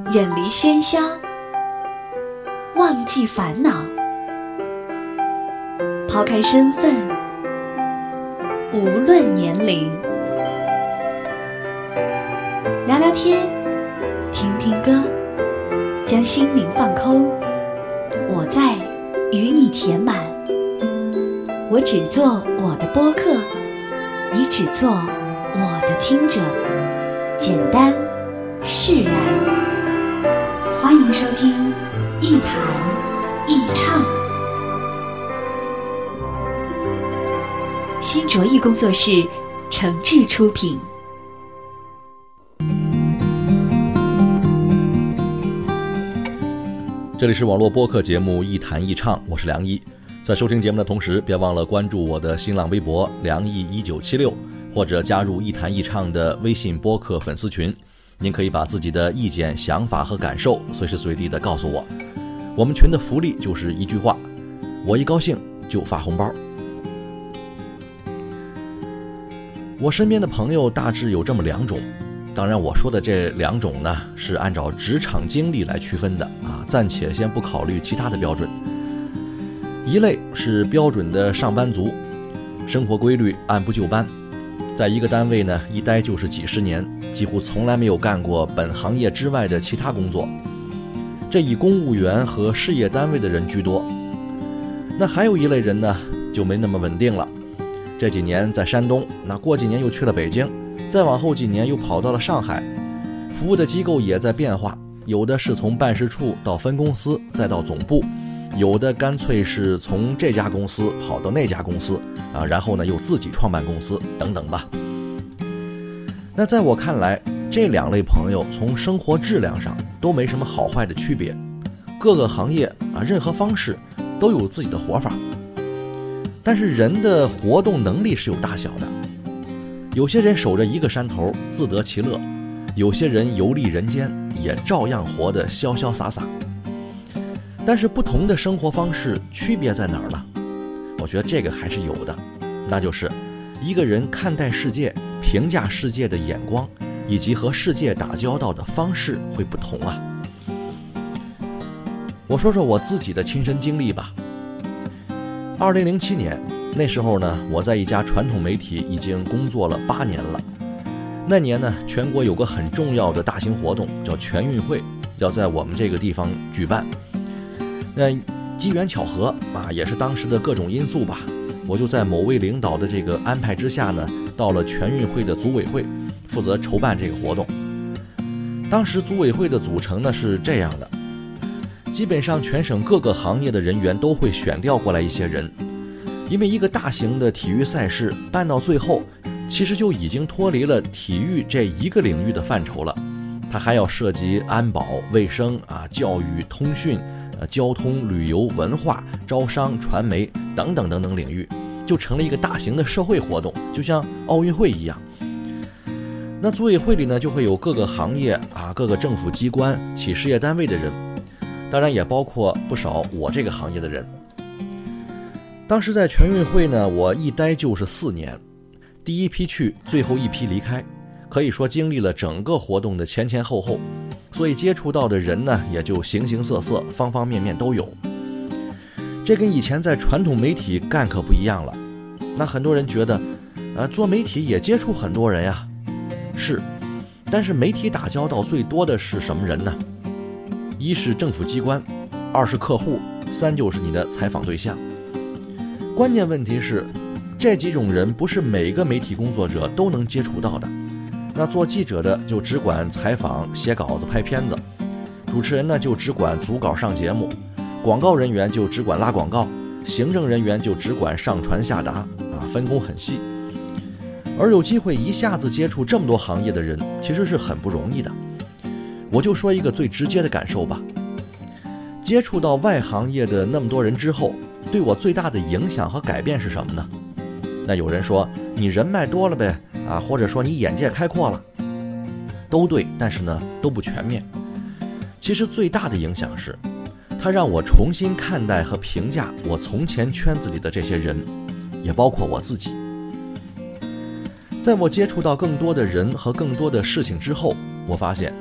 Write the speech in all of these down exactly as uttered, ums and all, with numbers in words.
远离喧嚣，忘记烦恼，抛开身份，无论年龄，聊聊天，听听歌，将心灵放空。我在与你填满，我只做我的播客，你只做我的听者，简单释然。欢迎收听一谈一唱，新卓艺工作室诚挚出品。 这里是网络播客节目一谈一唱，我是梁一。在收听节目的同时，别忘了关注我的新浪微博梁一一九七六，或者加入一谈一唱的微信播客粉丝群。您可以把自己的意见、想法和感受随时随地的告诉我。我们群的福利就是一句话：我一高兴就发红包。我身边的朋友大致有这么两种，当然我说的这两种呢，是按照职场经历来区分的啊，暂且先不考虑其他的标准。一类是标准的上班族，生活规律，按部就班，在一个单位呢一待就是几十年，几乎从来没有干过本行业之外的其他工作，这以公务员和事业单位的人居多。那还有一类人呢就没那么稳定了，这几年在山东，那过几年又去了北京，再往后几年又跑到了上海，服务的机构也在变化，有的是从办事处到分公司再到总部，有的干脆是从这家公司跑到那家公司啊，然后呢又自己创办公司等等吧。那在我看来，这两类朋友从生活质量上都没什么好坏的区别，各个行业啊，任何方式都有自己的活法。但是人的活动能力是有大小的，有些人守着一个山头自得其乐，有些人游历人间也照样活得潇潇洒洒。但是不同的生活方式区别在哪儿呢？我觉得这个还是有的，那就是一个人看待世界、评价世界的眼光，以及和世界打交道的方式会不同啊。我说说我自己的亲身经历吧。二零零七年，那时候呢，我在一家传统媒体已经工作了八年了。那年呢，全国有个很重要的大型活动，叫全运会，要在我们这个地方举办。那机缘巧合啊，也是当时的各种因素吧，我就在某位领导的这个安排之下呢，到了全运会的组委会，负责筹办这个活动。当时组委会的组成呢是这样的，基本上全省各个行业的人员都会选调过来一些人，因为一个大型的体育赛事办到最后，其实就已经脱离了体育这一个领域的范畴了，它还要涉及安保、卫生啊、教育、通讯、呃、交通、旅游、文化、招商、传媒等等等等领域，就成了一个大型的社会活动，就像奥运会一样。那组委会里呢，就会有各个行业啊、各个政府机关、企事业单位的人，当然也包括不少我这个行业的人。当时在全运会呢，我一待就是四年，第一批去，最后一批离开，可以说经历了整个活动的前前后后，所以接触到的人呢，也就形形色色，方方面面都有。这跟以前在传统媒体干可不一样了。那很多人觉得，呃，做媒体也接触很多人呀，是，但是媒体打交道最多的是什么人呢？一是政府机关，二是客户，三就是你的采访对象。关键问题是，这几种人不是每个媒体工作者都能接触到的。那做记者的就只管采访、写稿子、拍片子，主持人呢就只管组稿上节目，广告人员就只管拉广告，行政人员就只管上传下达啊，分工很细。而有机会一下子接触这么多行业的人，其实是很不容易的。我就说一个最直接的感受吧，接触到外行业的那么多人之后，对我最大的影响和改变是什么呢？那有人说你人脉多了呗，啊，或者说你眼界开阔了，都对，但是呢都不全面。其实最大的影响是，它让我重新看待和评价我从前圈子里的这些人，也包括我自己。在我接触到更多的人和更多的事情之后，我发现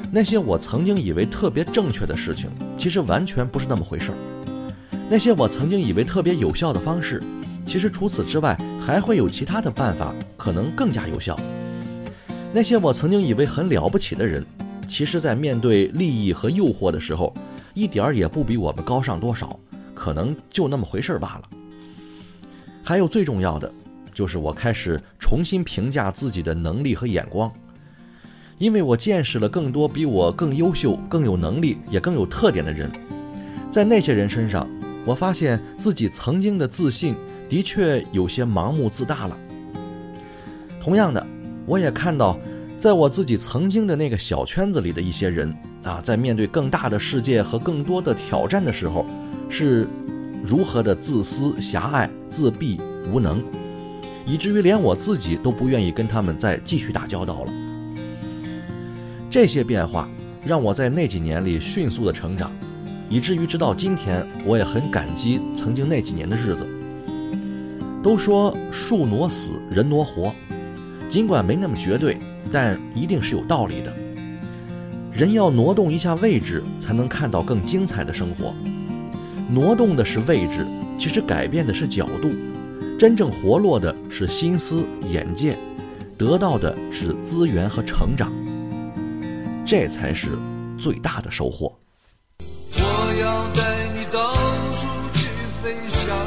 那些我曾经以为特别正确的事情，其实完全不是那么回事儿。那些我曾经以为特别有效的方式，其实除此之外还会有其他的办法，可能更加有效。那些我曾经以为很了不起的人，其实在面对利益和诱惑的时候，一点儿也不比我们高尚多少，可能就那么回事罢了。还有最重要的，就是我开始重新评价自己的能力和眼光，因为我见识了更多比我更优秀、更有能力也更有特点的人，在那些人身上，我发现自己曾经的自信的确有些盲目自大了。同样的，我也看到在我自己曾经的那个小圈子里的一些人啊，在面对更大的世界和更多的挑战的时候，是如何的自私、狭隘、自闭、无能，以至于连我自己都不愿意跟他们再继续打交道了。这些变化让我在那几年里迅速的成长，以至于直到今天，我也很感激曾经那几年的日子。都说树挪死，人挪活，尽管没那么绝对，但一定是有道理的。人要挪动一下位置，才能看到更精彩的生活。挪动的是位置，其实改变的是角度，真正活络的是心思、眼界，得到的是资源和成长，这才是最大的收获。 我要带你到处去飞翔，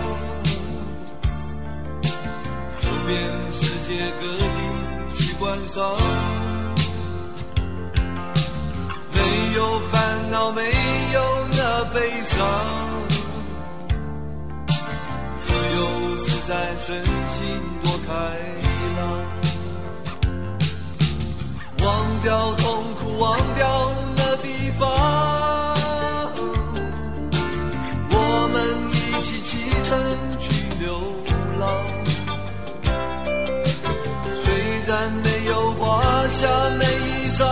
走遍世界各地去观赏，没有烦恼，没有那悲伤，自由自在，身心多开朗，忘掉痛苦，忘掉那地方，我们一起启程去流浪。虽然没有华厦美衣裳，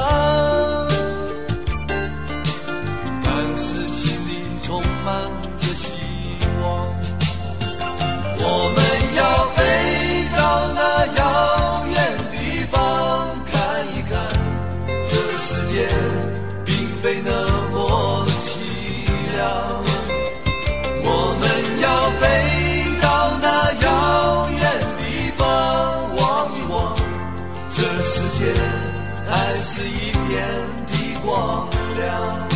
但是心里充满着希望。我们要飞到那遥远地方，看一看这世界并非那么凄凉。我们要飞到那遥远地方，望一望这世界还是一片的光亮。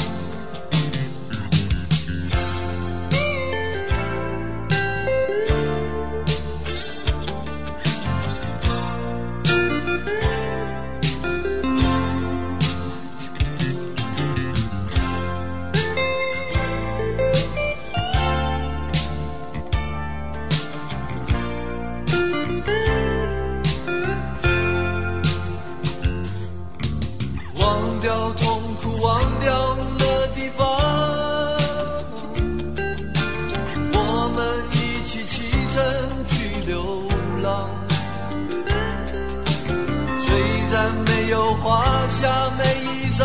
华厦美衣裳，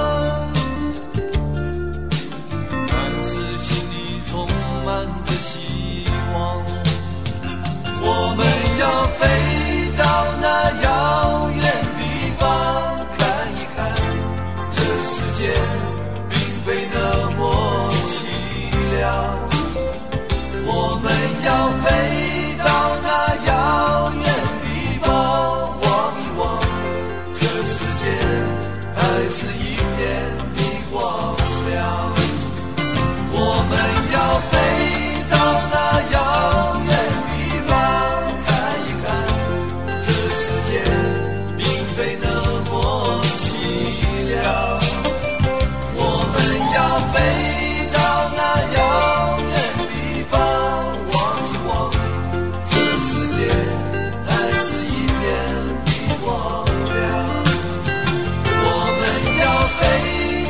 但是心里充满着希望。我们要飞到那遥远地方，看一看这世界并非那么凄凉。我们要飞到那遥远地方，望一望这世界还是一片的光亮。我们要飞到那遥远地方，看一看这世界并非那么凄凉。我们要飞到那遥远地方，望一望这世界还是一片的光亮。我们要飞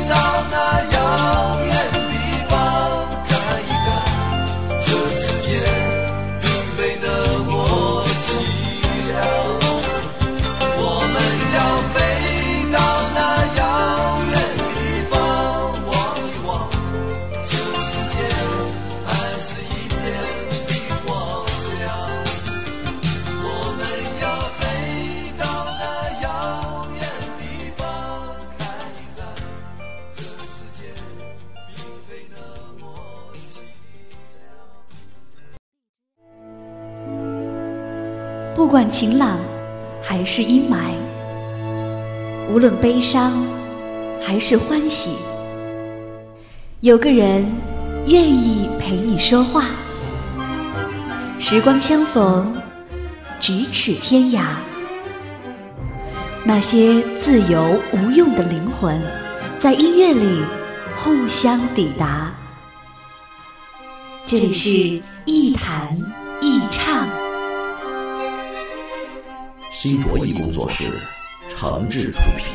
不管晴朗还是阴霾，无论悲伤还是欢喜，有个人愿意陪你说话。时光相逢，咫尺天涯。那些自由无用的灵魂，在音乐里互相抵达。这里是一弹一唱， 新卓艺工作室诚挚出品。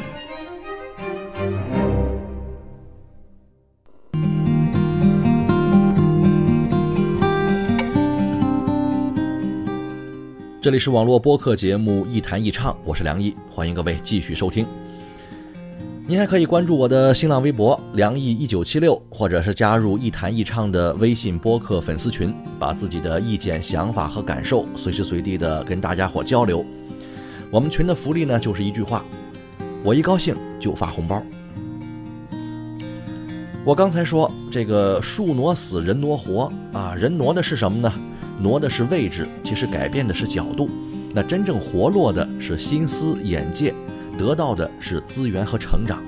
这里是网络播客节目一弹一唱，我是梁毅，欢迎各位继续收听。您还可以关注我的新浪微博梁毅一九七六，或者是加入一弹一唱的微信播客粉丝群，把自己的意见想法和感受随时随地的跟大家伙交流。我们群的福利呢，就是一句话，我一高兴就发红包。我刚才说这个树挪死人挪活啊，人挪的是什么呢？挪的是位置，其实改变的是角度。那真正活络的是心思眼界，得到的是资源和成长。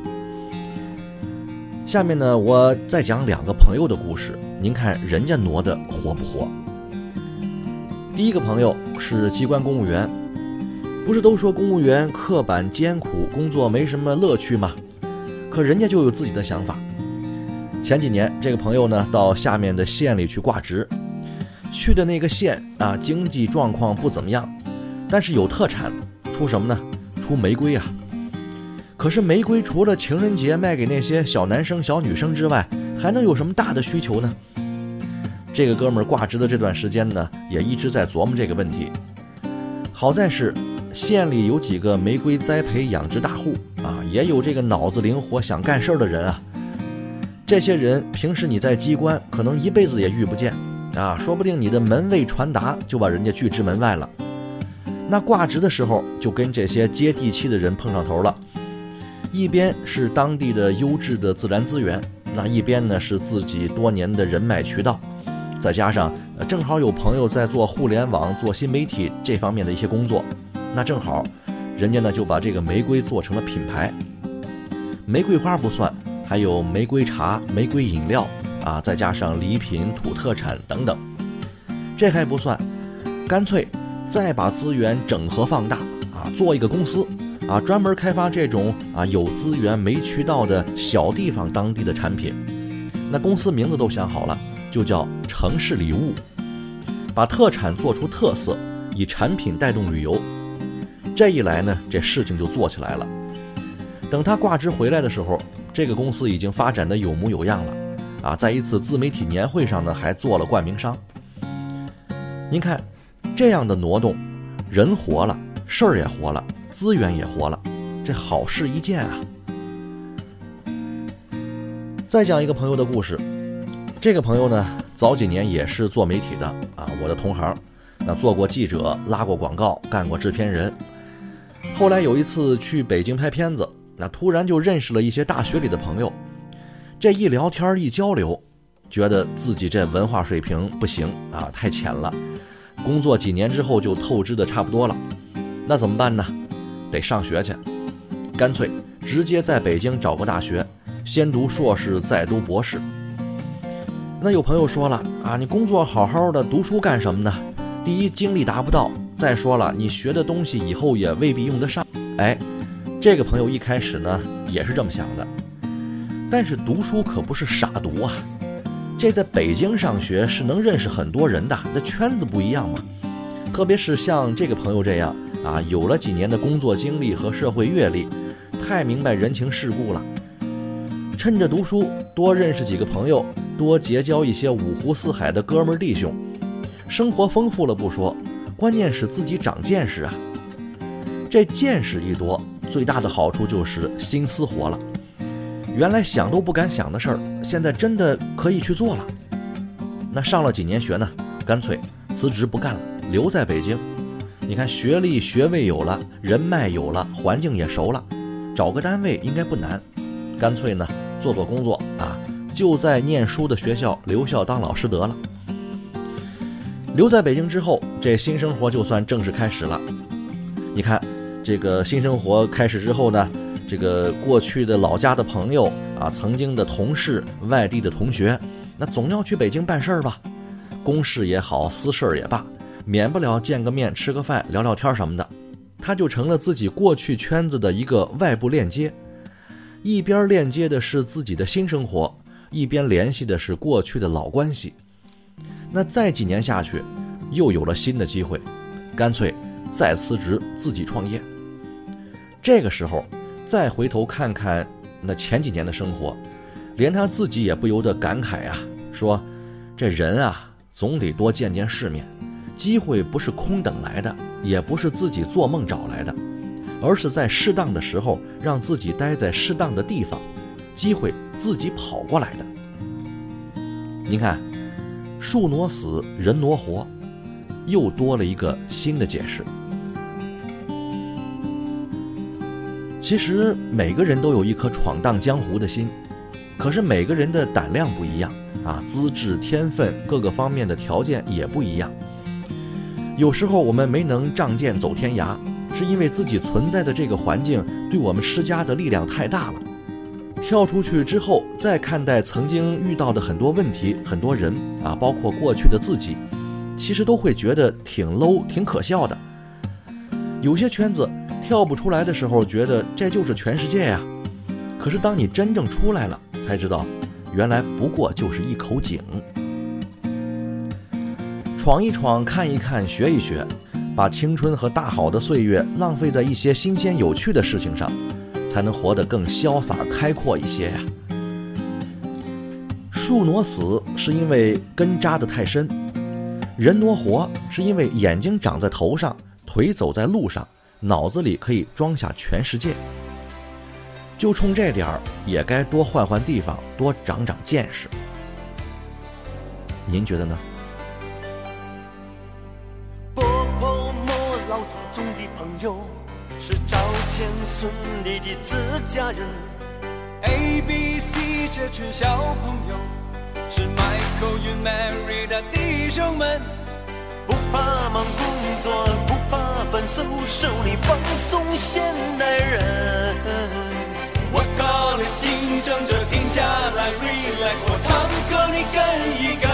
下面呢，我再讲两个朋友的故事，您看人家挪的活不活？第一个朋友是机关公务员，不是都说公务员刻板艰苦，工作没什么乐趣吗？可人家就有自己的想法。前几年这个朋友呢，到下面的县里去挂职，去的那个县啊，经济状况不怎么样，但是有特产，出什么呢？出玫瑰啊。可是玫瑰除了情人节卖给那些小男生小女生之外，还能有什么大的需求呢？这个哥们儿挂职的这段时间呢，也一直在琢磨这个问题。好在是县里有几个玫瑰栽培养殖大户啊，也有这个脑子灵活想干事的人啊。这些人平时你在机关可能一辈子也遇不见啊，说不定你的门未传达就把人家拒之门外了。那挂职的时候就跟这些接地气的人碰上头了，一边是当地的优质的自然资源，那一边呢是自己多年的人脉渠道，再加上正好有朋友在做互联网做新媒体这方面的一些工作，那正好人家呢就把这个玫瑰做成了品牌。玫瑰花不算，还有玫瑰茶、玫瑰饮料啊，再加上礼品、土特产等等。这还不算，干脆再把资源整合放大啊，做一个公司啊，专门开发这种啊有资源没渠道的小地方当地的产品。那公司名字都想好了，就叫城市礼物，把特产做出特色，以产品带动旅游。这一来呢，这事情就做起来了。等他挂职回来的时候，这个公司已经发展的有模有样了啊，在一次自媒体年会上呢，还做了冠名商。您看这样的挪动，人活了，事儿也活了，资源也活了，这好事一件啊。再讲一个朋友的故事，这个朋友呢，早几年也是做媒体的啊，我的同行，那做过记者，拉过广告，干过制片人。后来有一次去北京拍片子，那突然就认识了一些大学里的朋友，这一聊天一交流，觉得自己这文化水平不行啊，太浅了。工作几年之后就透支的差不多了，那怎么办呢？得上学去，干脆直接在北京找个大学，先读硕士再读博士。那有朋友说了啊，你工作好好的，读书干什么呢？第一，精力达不到，再说了，你学的东西以后也未必用得上。哎，这个朋友一开始呢也是这么想的，但是读书可不是傻读啊，这在北京上学是能认识很多人的，那圈子不一样嘛。特别是像这个朋友这样啊，有了几年的工作经历和社会阅历，太明白人情世故了。趁着读书多认识几个朋友，多结交一些五湖四海的哥们弟兄，生活丰富了不说，关键是自己长见识啊。这见识一多，最大的好处就是心思活了，原来想都不敢想的事儿，现在真的可以去做了。那上了几年学呢，干脆辞职不干了，留在北京。你看学历学位有了，人脉有了，环境也熟了，找个单位应该不难。干脆呢做做工作啊，就在念书的学校留校当老师得了。 留在北京之后，这新生活就算正式开始了。你看，这个新生活开始之后呢，这个过去的老家的朋友啊，曾经的同事，外地的同学，那总要去北京办事儿吧，公事也好，私事也罢，免不了见个面，吃个饭，聊聊天什么的。他就成了自己过去圈子的一个外部链接，一边链接的是自己的新生活，一边联系的是过去的老关系。那再几年下去，又有了新的机会，干脆再辞职自己创业。这个时候再回头看看那前几年的生活，连他自己也不由得感慨啊，说这人啊总得多见见世面，机会不是空等来的，也不是自己做梦找来的，而是在适当的时候让自己待在适当的地方，机会自己跑过来的。您看，树挪死，人挪活，又多了一个新的解释。其实每个人都有一颗闯荡江湖的心，可是每个人的胆量不一样啊，资质、天分各个方面的条件也不一样。有时候我们没能仗剑走天涯，是因为自己存在的这个环境对我们施加的力量太大了。跳出去之后，再看待曾经遇到的很多问题、很多人啊，包括过去的自己，其实都会觉得挺 low、挺可笑的。有些圈子跳不出来的时候，觉得这就是全世界呀。可是当你真正出来了，才知道，原来不过就是一口井。闯一闯，看一看，学一学，把青春和大好的岁月浪费在一些新鲜有趣的事情上，才能活得更潇洒开阔一些呀。树挪死是因为根扎得太深，人挪活是因为眼睛长在头上，腿走在路上，脑子里可以装下全世界。就冲这点儿，也该多换换地方，多长长见识。您觉得呢？ 婆婆莫老祖宗的朋友，是赵钱孙李的自家人。 A B C 这群小朋友，是 Michael 与 Mary 的弟兄们。 不怕忙工作，不怕分手，手里放松现代人。 我靠你竞争着停下来 relax， 我唱歌你跟一跟。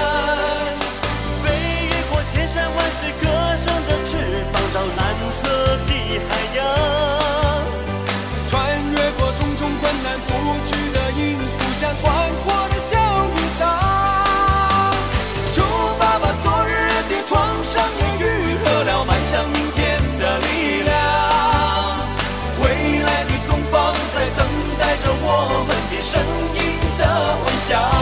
飞越过千山万水，歌声的翅膀到蓝色的海洋， 穿越过重重困难，不惧的音符像宽阔的小云裳。祝爸爸昨日的创伤也愈合了，迈向明天的力量。未来的东方在等待着我们的声音的回响。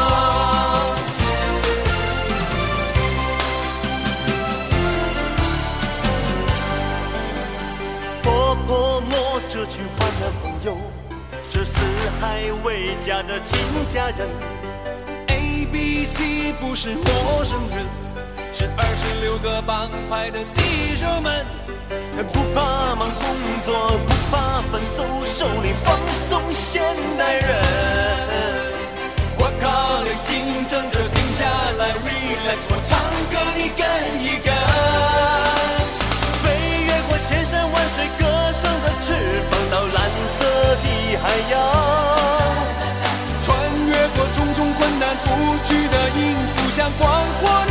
婆婆莫这群欢乐朋友，是四海为家的亲家人。 A B C 不是陌生人，是二十六个帮派的弟兄们。 不怕忙工作，不怕分手，手里放松现代人。 我靠你竞争着停下来 relax， 我唱歌你跟一跟。 飞越过千山万水，歌声的翅膀到蓝色的海洋， 穿越过重重困难，不惧的音符像广阔